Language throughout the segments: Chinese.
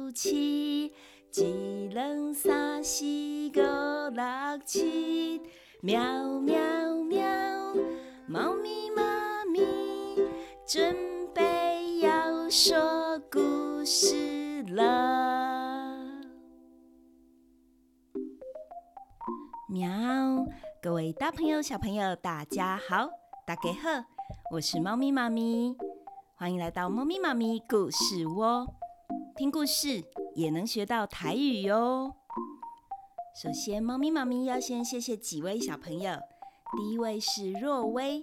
7，1、2、3、4、5、6、7，喵喵喵，猫咪妈咪准备要说故事了。喵，各位大朋友、小朋友，大家好，大家好，我是猫咪妈咪，欢迎来到猫咪妈咪故事窝，听故事也能学到台语哟。首先，猫咪妈咪要先谢谢几位小朋友。第一位是若薇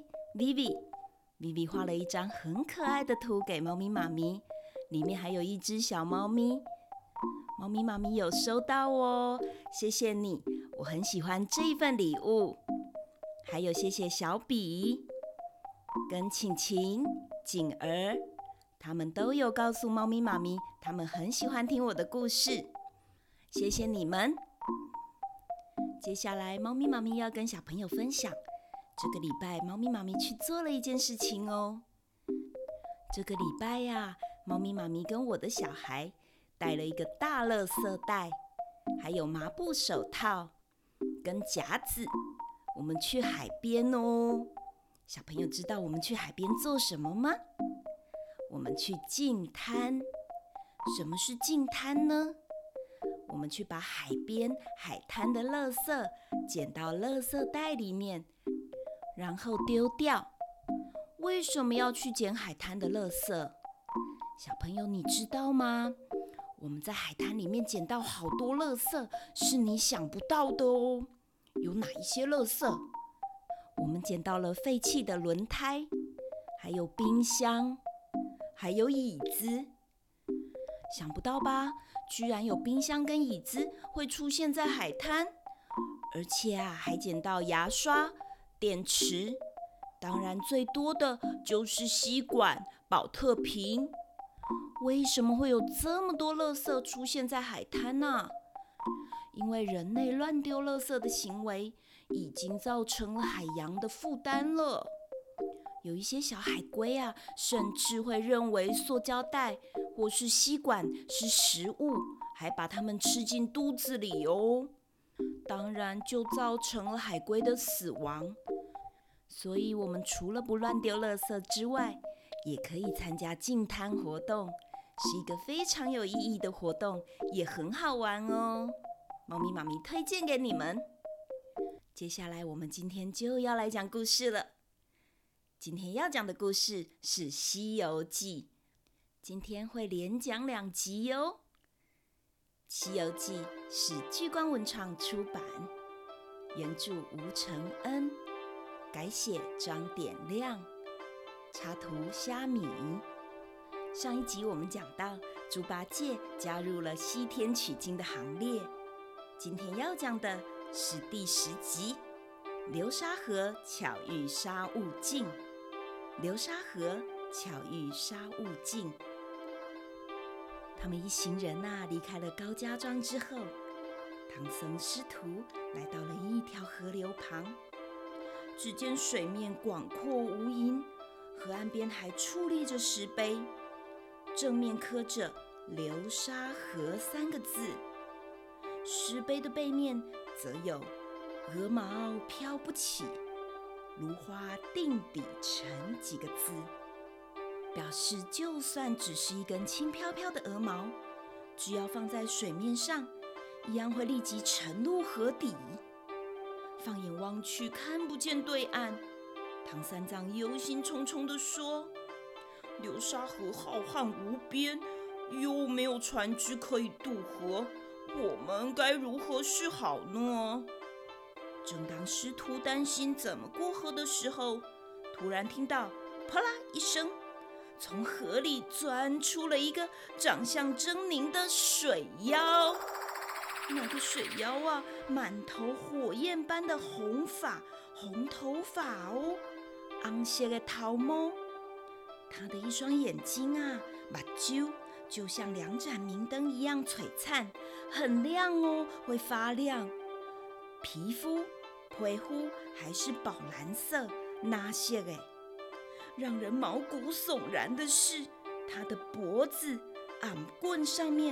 Vivi 画了一张很可爱的图给猫咪妈咪，里面还有一只小猫咪，猫咪妈咪有收到哦，谢谢你，我很喜欢这一份礼物。还有谢谢小比跟晴晴、景儿，他们都有告诉猫咪妈咪，他们很喜欢听我的故事，谢谢你们。接下来，猫咪妈咪要跟小朋友分享，这个礼拜猫咪妈咪去做了一件事情哦。这个礼拜呀，猫咪妈咪跟我的小孩带了一个大垃圾袋，还有麻布手套跟夹子，我们去海边哦。小朋友知道我们去海边做什么吗？我们去净滩。什么是净滩呢？我们去把海边海滩的垃圾捡到垃圾袋里面，然后丢掉。为什么要去捡海滩的垃圾？小朋友你知道吗？我们在海滩里面捡到好多垃圾，是你想不到的哦。有哪一些垃圾？我们捡到了废弃的轮胎，还有冰箱，还有椅子。想不到吧？居然有冰箱跟椅子会出现在海滩，而且还捡到牙刷、电池，当然最多的就是吸管、保特瓶。为什么会有这么多垃圾出现在海滩呢？因为人类乱丢垃圾的行为已经造成了海洋的负担了。有一些小海龟甚至会认为塑胶袋或是吸管是食物，还把它们吃进肚子里哦。当然就造成了海龟的死亡。所以我们除了不乱丢垃圾之外，也可以参加净滩活动，是一个非常有意义的活动，也很好玩哦。猫咪妈咪推荐给你们。接下来我们今天就要来讲故事了。今天要讲的故事是《西游记》，今天会连讲2集哟。《西游记》是聚光文创出版，原著吴承恩，改写张典亮，插图虾米。上一集我们讲到猪八戒加入了西天取经的行列，今天要讲的是第10集，流沙河巧遇沙悟净。流沙河巧遇沙悟净，他们一行人离开了高家庄之后，唐僧师徒来到了一条河流旁，只见水面广阔无垠，河岸边还矗立着石碑，正面刻着流沙河3个字，石碑的背面则有鹅毛飘不起，芦花定底沉几个字，表示就算只是一根轻飘飘的鹅毛，只要放在水面上，一样会立即沉入河底。放眼望去，看不见对岸。唐三藏忧心忡忡地说：流沙河浩瀚无边，又没有船只可以渡河，我们该如何是好呢？正当师徒担心怎么过河的时候，突然听到啪啦一声，从河里钻出了一个长相狰狞的水妖。那个水妖满头火焰般的红头发哦，红色的头毛，他的一双眼睛目睭就像2盏明灯一样璀璨，很亮哦，会发亮。皮肤皮肤还是宝蓝色纳色的。让人毛骨悚然的是，他的脖子、耳棍上面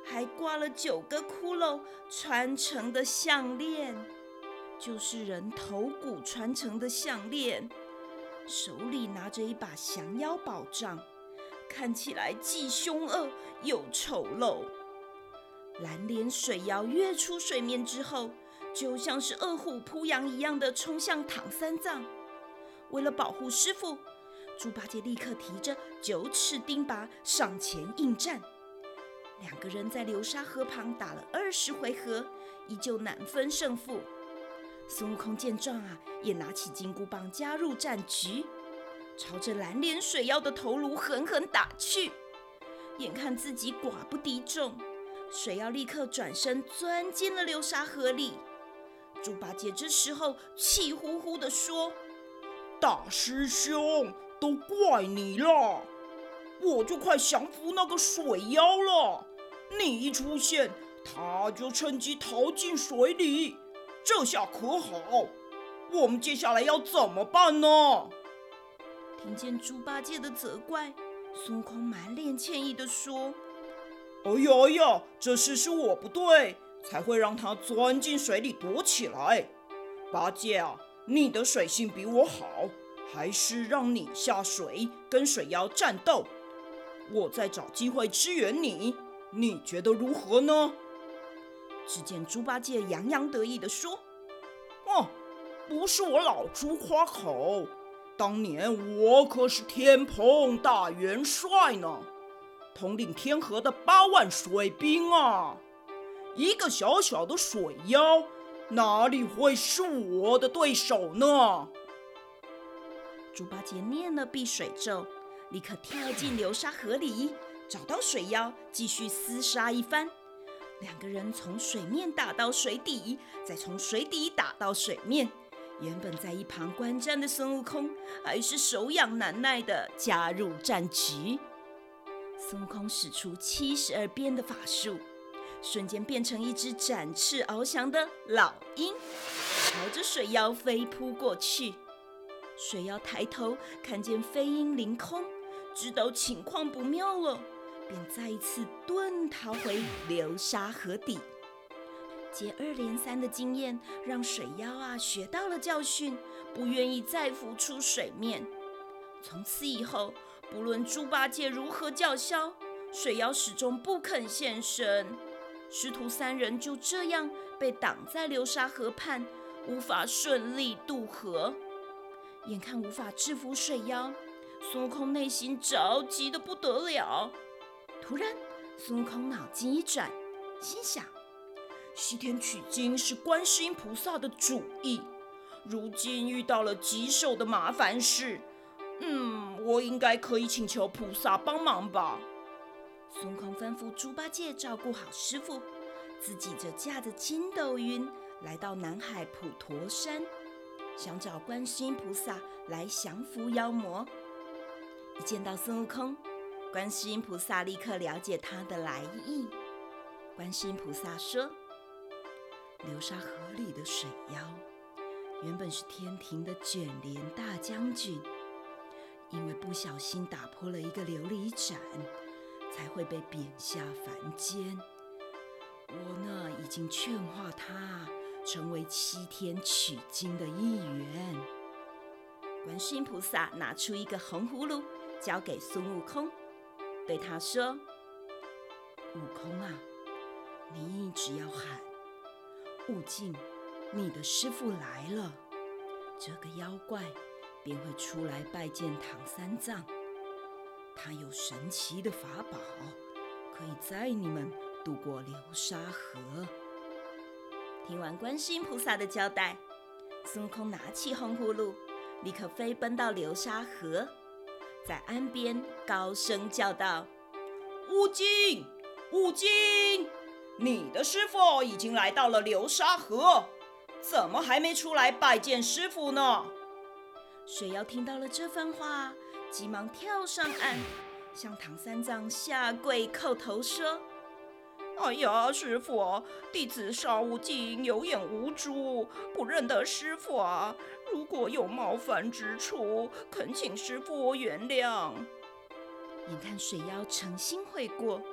还挂了9个骷髅穿成的项链，就是人头骨穿成的项链，手里拿着一把降妖宝杖，看起来既凶恶又丑陋。蓝脸水妖跃出水面之后，就像是饿虎扑羊一样的冲向唐三藏。为了保护师父，猪八戒立刻提着9尺钉耙上前应战。2个人在流沙河旁打了20回合，依旧难分胜负。孙悟空见状也拿起金箍棒加入战局，朝着蓝脸水妖的头颅狠狠打去。眼看自己寡不敌众，水妖立刻转身钻进了流沙河里。猪八戒这时候气呼呼地说：“ 大师兄，都怪你了，我就快降服那个水妖了。你一出现，他就趁机逃进水里，这下可好？我们接下来要怎么办呢？” 听见猪八戒的责怪，孙悟空满脸歉意地说：“ 哎呀，这事是我不对，才会让他钻进水里躲起来。八戒啊，你的水性比我好，还是让你下水跟水妖战斗，我再找机会支援你，你觉得如何呢？” 只见猪八戒洋洋得意地说：“ 不是我老猪夸口，当年我可是天蓬大元帅呢，统领天河的8万水兵啊！一个小小的水妖，哪里会是我的对手呢？” 猪八戒念了避水咒，立刻跳进流沙河里，找到水妖，继续厮杀一番。2个人从水面打到水底，再从水底打到水面。原本在一旁观战的孙悟空，还是手痒难耐的加入战局。孙悟空使出72变的法术，瞬间变成一只展翅翱翔的老鹰，朝着水妖飞扑过去。水妖抬头看见飞鹰凌空，知道情况不妙了，便再一次遁逃回流沙河底。接2连3的经验，让水妖学到了教训，不愿意再浮出水面。从此以后，不论猪八戒如何叫嚣，水妖始终不肯现身。师徒3人就这样被挡在流沙河畔，无法顺利渡河。眼看无法制服水妖，孙悟空内心着急得不得了。突然，孙悟空脑筋一转，心想： 西天取经是观世音菩萨的主意，如今遇到了棘手的麻烦事，我应该可以请求菩萨帮忙吧。 孙悟空吩咐猪八戒照顾好师父，自己则驾着筋斗云来到南海普陀山，想找观世音菩萨来降服妖魔。一见到孙悟空，观世音菩萨立刻了解他的来意。观世音菩萨说：“流沙河里的水妖，原本是天庭的卷帘大将军，因为不小心打破了一个琉璃盏，才会被贬下凡间。我呢，已经劝化他成为7天取经的一员。”观世音菩萨拿出一个红葫芦，交给孙悟空，对他说：“悟空啊，你只要喊悟净，你的师父来了，这个妖怪便会出来拜见唐三藏。他有神奇的法宝，可以载你们渡过流沙河。”听完观世音菩萨的交代，孙悟空拿起红葫芦，立刻飞奔到流沙河，在岸边高声叫道：“ 悟净，悟净，你的师父已经来到了流沙河，怎么还没出来拜见师父呢？” 水妖听到了这番话，急忙跳上岸，向唐三藏下跪叩头说：“ 哎呀，师父，弟子沙悟净有眼无珠，不认得师父啊！如果有冒犯之处，恳请师父原谅。” 眼看水妖诚心悔过，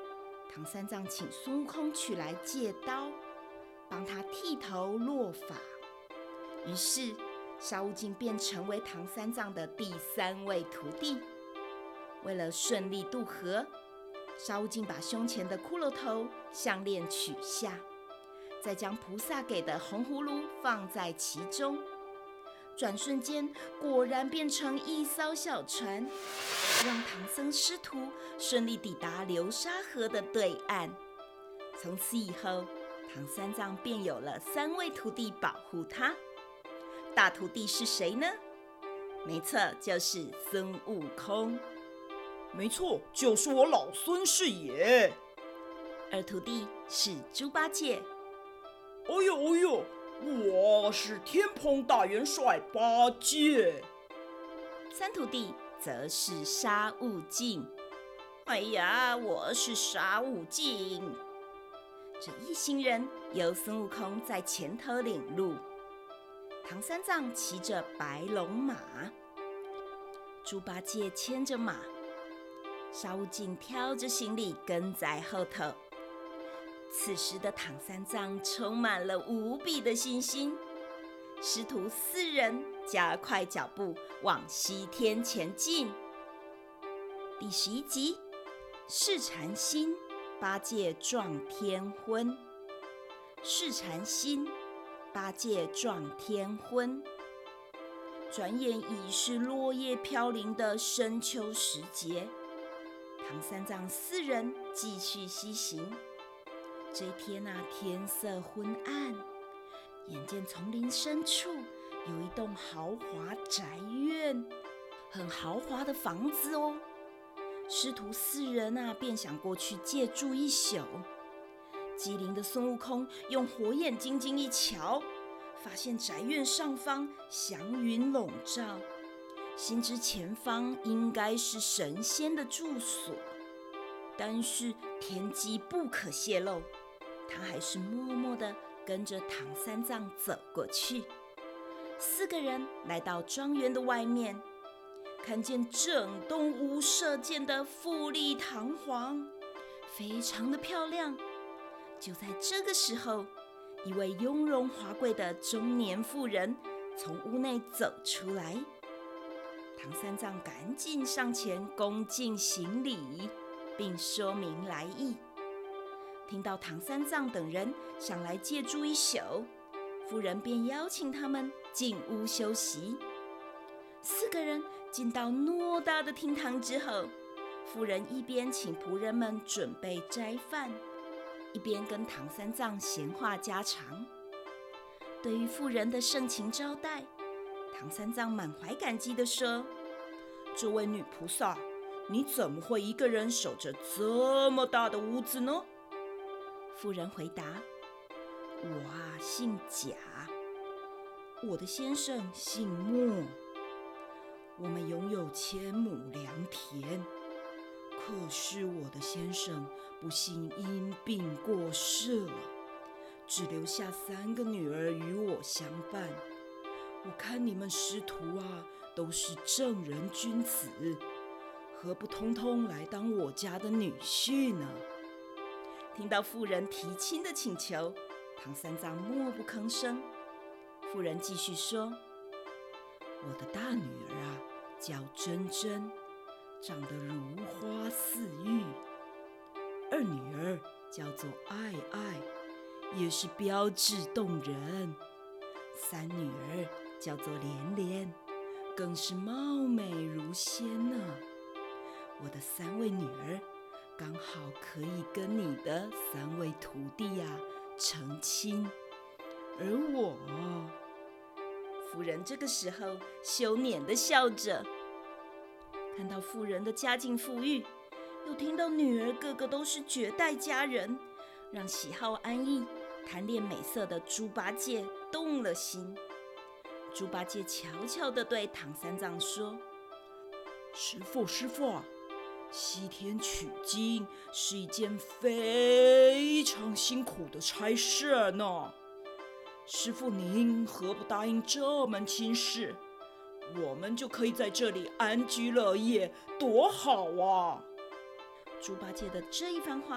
唐三藏请孙悟空取来戒刀，帮他剃头落发。于是沙悟净便成为唐三藏的第3位徒弟。为了顺利渡河，沙悟净把胸前的骷髅头项链取下，再将菩萨给的红葫芦放在其中，转瞬间果然变成一艘小船，让唐僧师徒顺利抵达流沙河的对岸。从此以后，唐三藏便有了3位徒弟保护他。大徒弟是谁呢？没错，就是孙悟空。 没错，就是我老孙是也。 二徒弟是猪八戒。 哎呦，我是天蓬大元帅八戒。 三徒弟则是沙悟净。哎呀，我是沙悟净。这一行人由孙悟空在前头领路，唐三藏骑着白龙马，猪八戒牵着马，沙悟净挑着行李跟在后头。此时的唐三藏充满了无比的信心，师徒4人加快脚步往西天前进。第11集，试禅心，八戒撞天婚。试禅心，八戒撞天婚。转眼已是落叶飘零的深秋时节，唐三藏4人继续西行。这一天天色昏暗，眼见丛林深处有一栋豪华宅院，很豪华的房子哦。师徒4人便想过去借住一宿。机灵的孙悟空用火眼金睛一瞧，发现宅院上方祥云笼罩，心知前方应该是神仙的住所。但是天机不可泄露，他还是默默地跟着唐三藏走过去。4个人来到庄园的外面，看见整栋屋舍建得富丽堂皇，非常的漂亮。就在这个时候，一位雍容华贵的中年妇人从屋内走出来。唐三藏赶紧上前恭敬行礼，并说明来意。听到唐三藏等人想来借住一宿，妇人便邀请他们进屋休息。4个人进到偌大的厅堂之后，妇人一边请仆人们准备斋饭，一边跟唐三藏闲话家常。对于妇人的盛情招待，唐三藏满怀感激地说：“ 这位女菩萨，你怎么会一个人守着这么大的屋子呢？” 妇人回答：“我姓贾，我的先生姓莫，我们拥有1000亩良田。可是我的先生不幸因病过世了，只留下3个女儿与我相伴。我看你们师徒都是正人君子，何不通通来当我家的女婿呢？”听到妇人提亲的请求，唐三藏默不吭声。妇人继续说：“我的大女儿叫珍珍，长得如花似玉；二女儿叫做爱爱，也是标致动人；三女儿叫做莲莲，更是貌美如仙呢。我的3位女儿刚好可以跟你的3位徒弟成亲，而我……”妇人这个时候羞赧地笑着。看到妇人的家境富裕，又听到女儿个个都是绝代佳人，让喜好安逸、贪恋美色的猪八戒动了心。猪八戒悄悄地对唐三藏说：“ 师父，西天取经是一件非常辛苦的差事呢。师父您何不答应这门亲事？我们就可以在这里安居乐业，多好啊！” 猪八戒的这一番话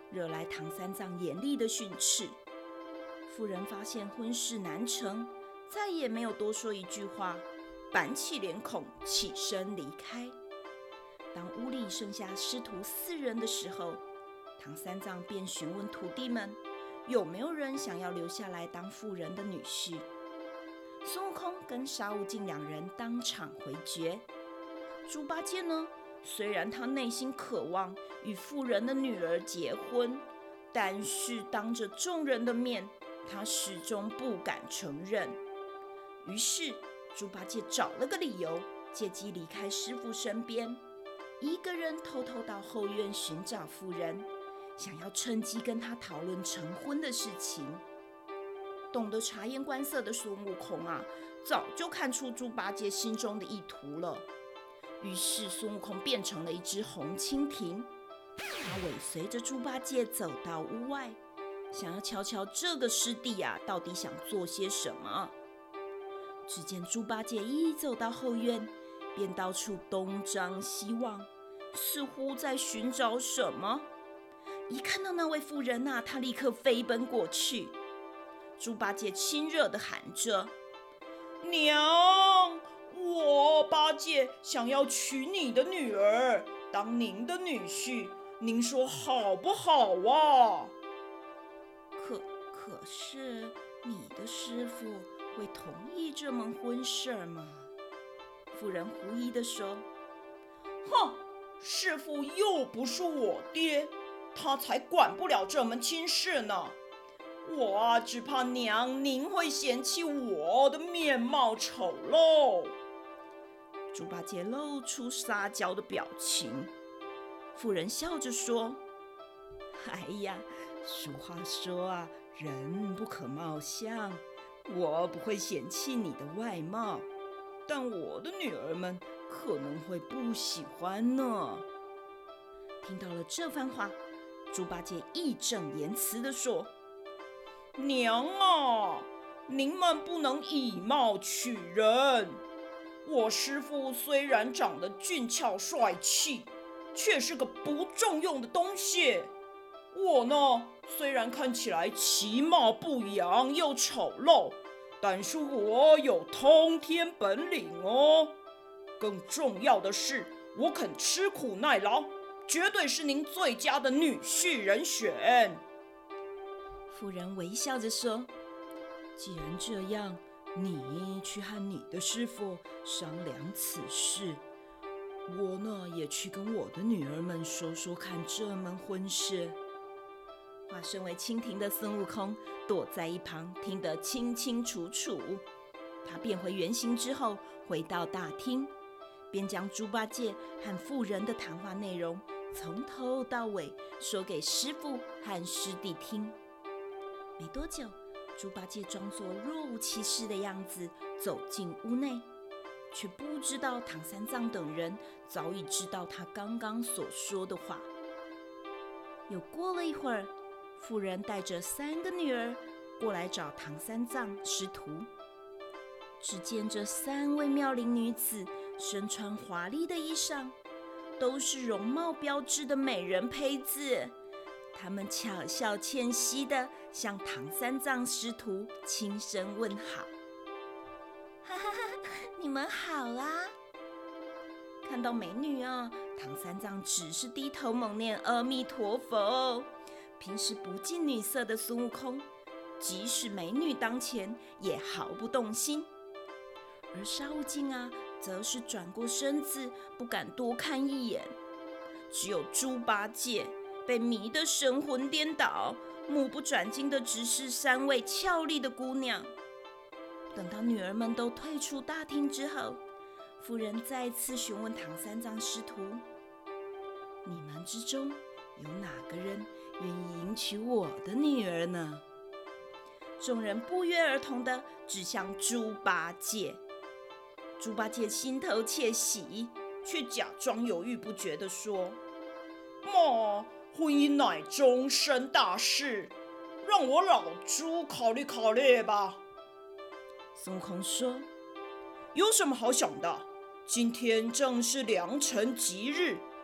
惹来唐三藏严厉的训斥。妇人发现婚事难成，再也没有多说一句话，板起脸孔起身离开。当屋里剩下师徒4人的时候，唐三藏便询问徒弟们，有没有人想要留下来当妇人的女婿。孙悟空跟沙悟净2人当场回绝。猪八戒呢，虽然他内心渴望与妇人的女儿结婚，但是当着众人的面，他始终不敢承认。于是猪八戒找了个理由，借机离开师父身边，一个人偷偷到后院寻找妇人，想要趁机跟他讨论成婚的事情。懂得察言观色的孙悟空早就看出猪八戒心中的意图了。于是孙悟空变成了一只红蜻蜓，他尾随着猪八戒走到屋外，想要瞧瞧这个师弟到底想做些什么。只见猪八戒一走到后院，便到处东张西望，似乎在寻找什么。一看到那位妇人他立刻飞奔过去。猪八戒亲热地喊着：“ 娘，我八戒想要娶你的女儿，当您的女婿，您说好不好啊？” 可是你的师父会同意这门婚事吗？妇人狐疑地说。 哼，师父又不是我爹，他才管不了这门亲事呢。我只怕娘您会嫌弃我的面貌丑陋。 猪八戒露出撒娇的表情。妇人笑着说：“哎呀，俗话说人不可貌相，我不会嫌弃你的外貌，但我的女儿们可能会不喜欢呢。”听到了这番话，猪八戒义正言辞地说：“ 娘您们不能以貌取人。我师父虽然长得俊俏帅气，却是个不中用的东西。我呢，虽然看起来其貌不扬又丑陋，但是我有通天本领哦。更重要的是，我肯吃苦耐劳，绝对是您最佳的女婿人选。” 妇人微笑着说：“既然这样，你去和你的师父商量此事，我呢也去跟我的女儿们说说看这门婚事。”化身为蜻蜓的孙悟空躲在一旁，听得清清楚楚。他变回原形之后，回到大厅，便将猪八戒和妇人的谈话内容从头到尾说给师父和师弟听。没多久，猪八戒装作若无其事的样子走进屋内，却不知道唐三藏等人早已知道他刚刚所说的话。又过了一会儿，妇人带着3个女儿过来找唐三藏师徒。只见这3位妙龄女子身穿华丽的衣裳，都是容貌标致的美人胚子。她们巧笑倩兮地向唐三藏师徒轻声问好：“哈哈哈，你们好啊！”看到美女唐三藏只是低头猛念阿弥陀佛。平时不近女色的孙悟空，即使美女当前也毫不动心。而沙悟净则是转过身子，不敢多看一眼。只有猪八戒被迷得神魂颠倒，目不转睛地直视3位俏丽的姑娘。等到女儿们都退出大厅之后，妇人再次询问唐三藏师徒：“你们之中有哪个人愿意迎娶我的女儿呢？”众人不约而同地指向猪八戒。猪八戒心头窃喜，却假装犹豫不决地说：“ 婚姻乃终身大事，让我老猪考虑考虑吧。” 孙悟空说：“ 有什么好想的？今天正是良辰吉日，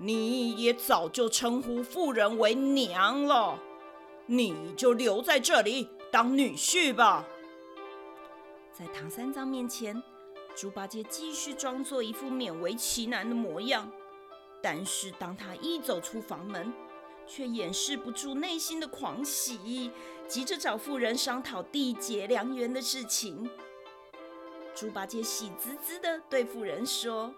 你也早就称呼妇人为娘了，你就留在这里当女婿吧。 在唐三藏面前，猪八戒继续装作一副勉为其难的模样，但是当他一走出房门，却掩饰不住内心的狂喜，急着找妇人商讨缔结良缘的事情。猪八戒喜滋滋地对妇人说：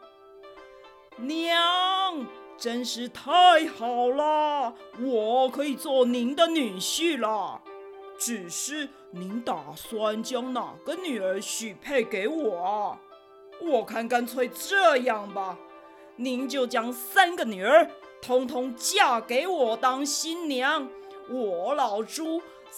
娘，真是太好了，我可以做您的女婿了。只是您打算将哪个女儿许配给我啊？我看干脆这样吧，您就将3个女儿统统嫁给我当新娘，我老猪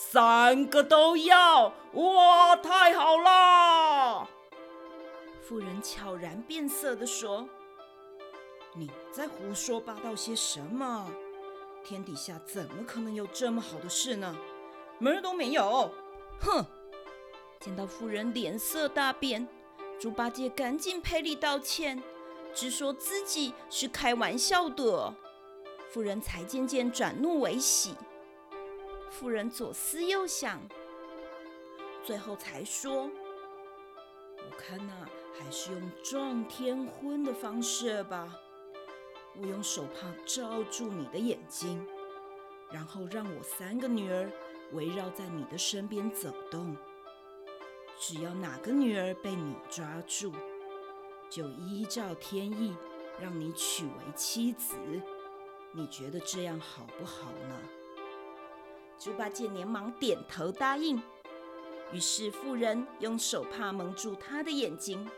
3个都要，哇，太好了！ 妇人悄然变色地说：你在胡说八道些什么？天底下怎么可能有这么好的事呢？门儿都没有！哼！见到妇人脸色大变，猪八戒赶紧赔礼道歉，只说自己是开玩笑的。妇人才渐渐转怒为喜。妇人左思右想，最后才说：我看还是用撞天婚的方式吧。我用手帕罩住你的眼睛，然后让我3个女儿围绕在你的身边走动。只要哪个女儿被你抓住，就依照天意让你娶为妻子。你觉得这样好不好呢？猪八戒连忙点头答应。于是妇人用手帕蒙住他的眼睛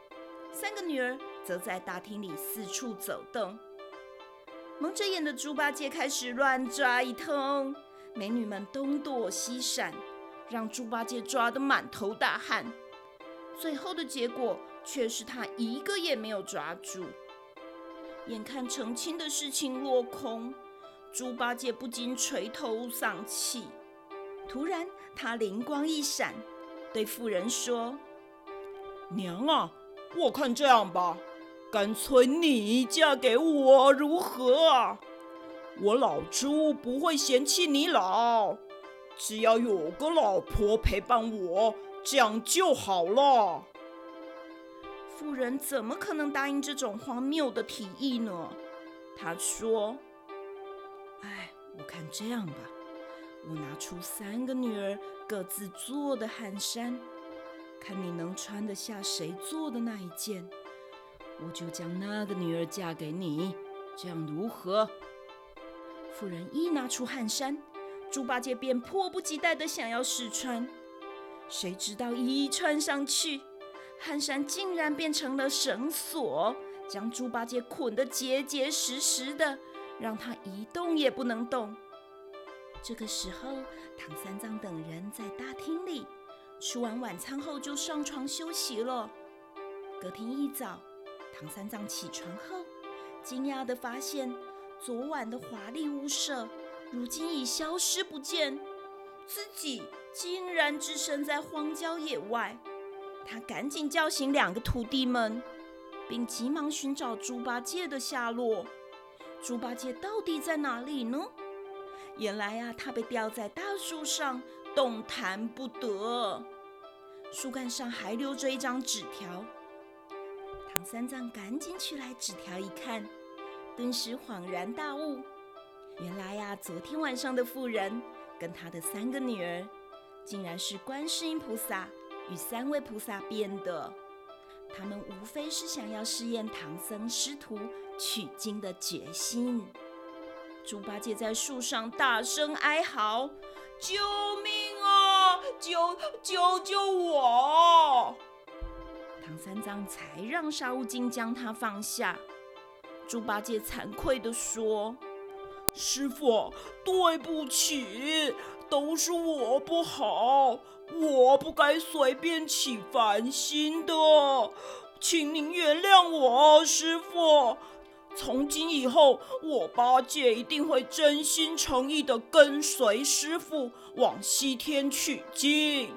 ，3个女儿则在大厅里四处走动。蒙着眼的猪八戒开始乱抓一通，美女们东躲西闪，让猪八戒抓得满头大汗。最后的结果却是他一个也没有抓住。眼看成亲的事情落空，猪八戒不禁垂头丧气。突然他灵光一闪，对妇人说： 娘啊，我看这样吧，干脆你嫁给我如何啊？我老猪不会嫌弃你老，只要有个老婆陪伴我，这样就好了。 妇人怎么可能答应这种荒谬的提议呢？她说：我看这样吧，我拿出3个女儿各自做的汗衫，看你能穿得下谁做的那一件，我就将那个女儿嫁给你，这样如何？妇人一拿出汗衫，猪八戒便迫不及待地想要试穿。谁知道一穿上去，汗衫竟然变成了绳索，将猪八戒捆得结结实实的，让他一动也不能动。这个时候，唐三藏等人在大厅里吃完晚餐后就上床休息了。隔天一早，唐三藏起床后，惊讶地发现昨晚的华丽屋舍如今已消失不见，自己竟然置身在荒郊野外。他赶紧叫醒2个徒弟们，并急忙寻找猪八戒的下落。猪八戒到底在哪里呢？原来他被吊在大树上，动弹不得。树干上还留着一张纸条。唐三藏赶紧取来纸条一看，顿时恍然大悟。原来昨天晚上的妇人跟他的3个女儿，竟然是观世音菩萨与3位菩萨变的。他们无非是想要试验唐僧师徒取经的决心。猪八戒在树上大声哀嚎：救命啊！救我！唐三藏才让沙悟净将他放下。猪八戒惭愧地说： 师父，对不起，都是我不好，我不该随便起烦心的，请您原谅我，师父。从今以后，我八戒一定会真心诚意地跟随师父往西天取经。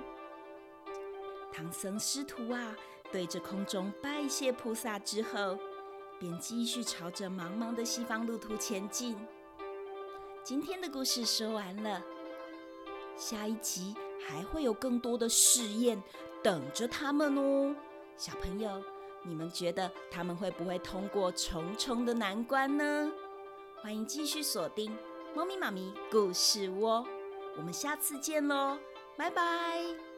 唐僧师徒对着空中拜谢菩萨之后， 便继续朝着茫茫的西方路途前进。今天的故事说完了，下一集还会有更多的试验等着他们哦。小朋友，你们觉得他们会不会通过重重的难关呢？欢迎继续锁定猫咪妈咪故事窝，我们下次见喽，拜拜。